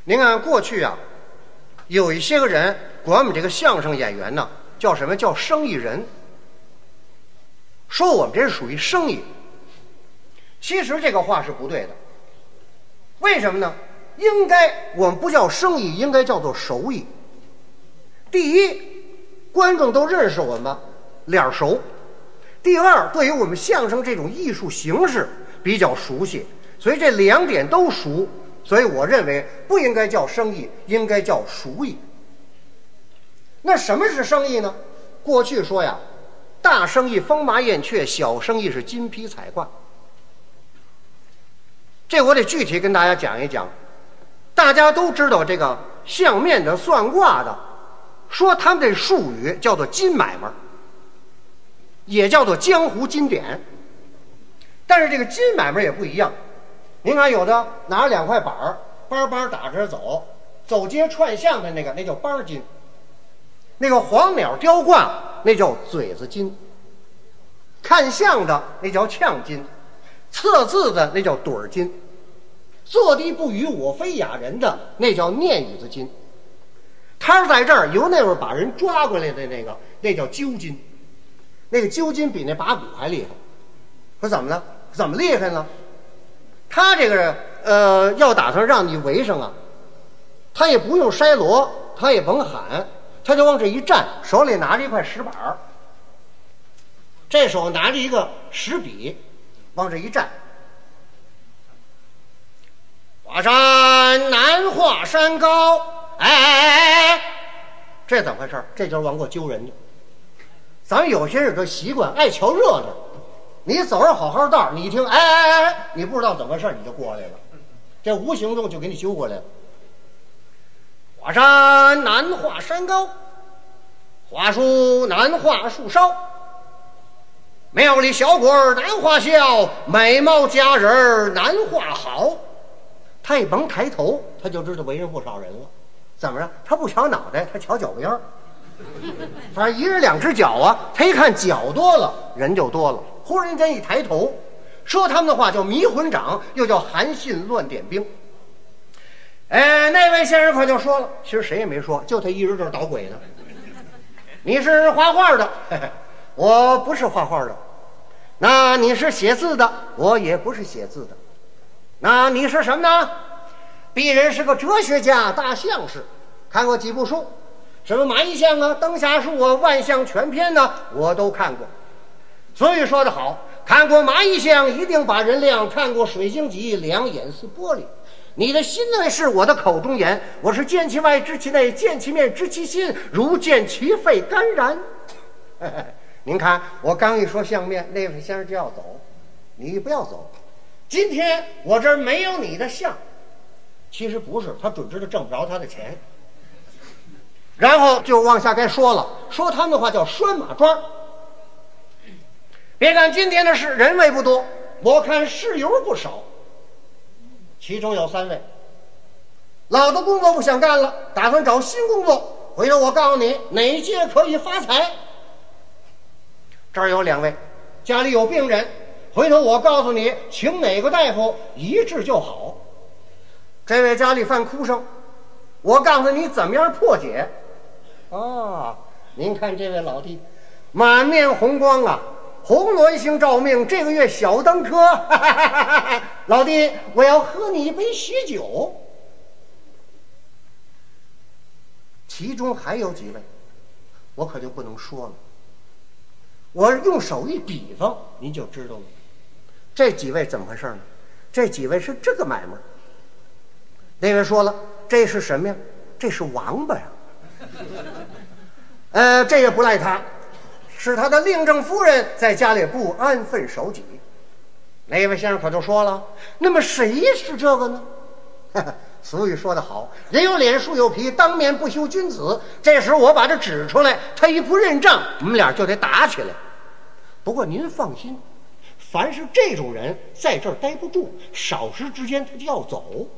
您看过去啊，有一些个人管我们这个相声演员呢，叫什么？叫生意人，说我们这是属于生意。其实这个话是不对的。为什么呢？应该我们不叫生意，应该叫做手艺。第一，观众都认识我们，脸熟；第二，对于我们相声这种艺术形式比较熟悉，所以这两点都熟。所以我认为不应该叫生意，应该叫熟艺。那什么是生意呢？过去说呀，大生意风马燕雀，小生意是金披彩挂。这我得具体跟大家讲一讲。大家都知道这个相面的、算卦的，说他们这术语叫做金买卖，也叫做江湖金典。但是这个金买卖也不一样。您看，有的拿着2块板儿，班班打着走，走街串巷的那叫班金；那个黄鸟雕挂，那叫嘴子金；看相的那叫呛金；测字的那叫盹儿金；坐地不语我非哑人的那叫念语子金。他是在这儿由那会儿把人抓过来的那叫揪金。那个揪金比那把骨还厉害。说怎么了？怎么厉害呢？他这个要打算让你围上啊，他也不用筛锣，他也甭喊，他就往这一站，手里拿着一块石板儿，这手拿着一个石笔，往这一站。华山难华山高，哎，这怎么回事？这就是往过揪人家。咱们有些人这习惯爱瞧热闹，你走着好好道，你一听哎，你不知道怎么回事，你就过来了，这无形中就给你揪过来了。华山难画山高，华树难画树梢，庙里小鬼难画笑，美貌佳人难画好。他一甭抬头，他就知道围上不少人了。怎么着？他不瞧脑袋，他瞧脚边儿。反正一人2只脚啊，他一看脚多了，人就多了。忽然间一抬头，说他们的话叫迷魂掌，又叫韩信乱点兵。那位先生可就说了，其实谁也没说，就他一人这儿捣鬼呢。你是画画的，我不是画画的。那你是写字的，我也不是写字的。那你是什么呢？鄙人是个哲学家、大相士，看过几部书，什么马一相啊、灯下树啊、万象全篇呢，我都看过。所以说得好，看过马一相一定把人亮，看过水晶脊两眼似玻璃。你的心内是我的口中言，我是见其外知其内，见其面知其心，如见其肺肝然。您看我刚一说相面，那位先生就要走，你不要走，今天我这儿没有你的相。其实不是，他准知道挣不着他的钱。然后就往下该说了，说他们的话叫拴马桩。别看今天的事人位不多，我看事由不少。其中有3位老的工作不想干了，打算找新工作，回头我告诉你哪一届可以发财。这儿有2位家里有病人，回头我告诉你请哪个大夫一治就好。这位家里犯哭声，我告诉你怎么样破解。您看这位老弟满面红光啊，红鸾星照命，这个月小登科。老弟，我要喝你一杯喜酒。其中还有几位我可就不能说了，我用手一比方您就知道了。这几位怎么回事呢？这几位是这个买卖。那位说了，这是什么呀？这是王八呀。这也不赖他，是他的令正夫人在家里不安分守己。那位先生可就说了，那么谁是这个呢？俗语说得好，人有脸树有皮，当面不修君子。这时我把这指出来，他一不认账，我们俩就得打起来。不过您放心，凡是这种人在这儿待不住，少时之间他就要走。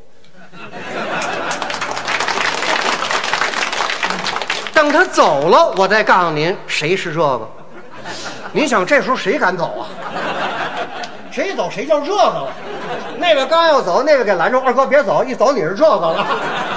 等他走了，我再告诉您谁是这个。您想这时候谁敢走啊？谁走谁叫这个了。那个刚要走，那个给拦住，二哥别走，一走你是这个了。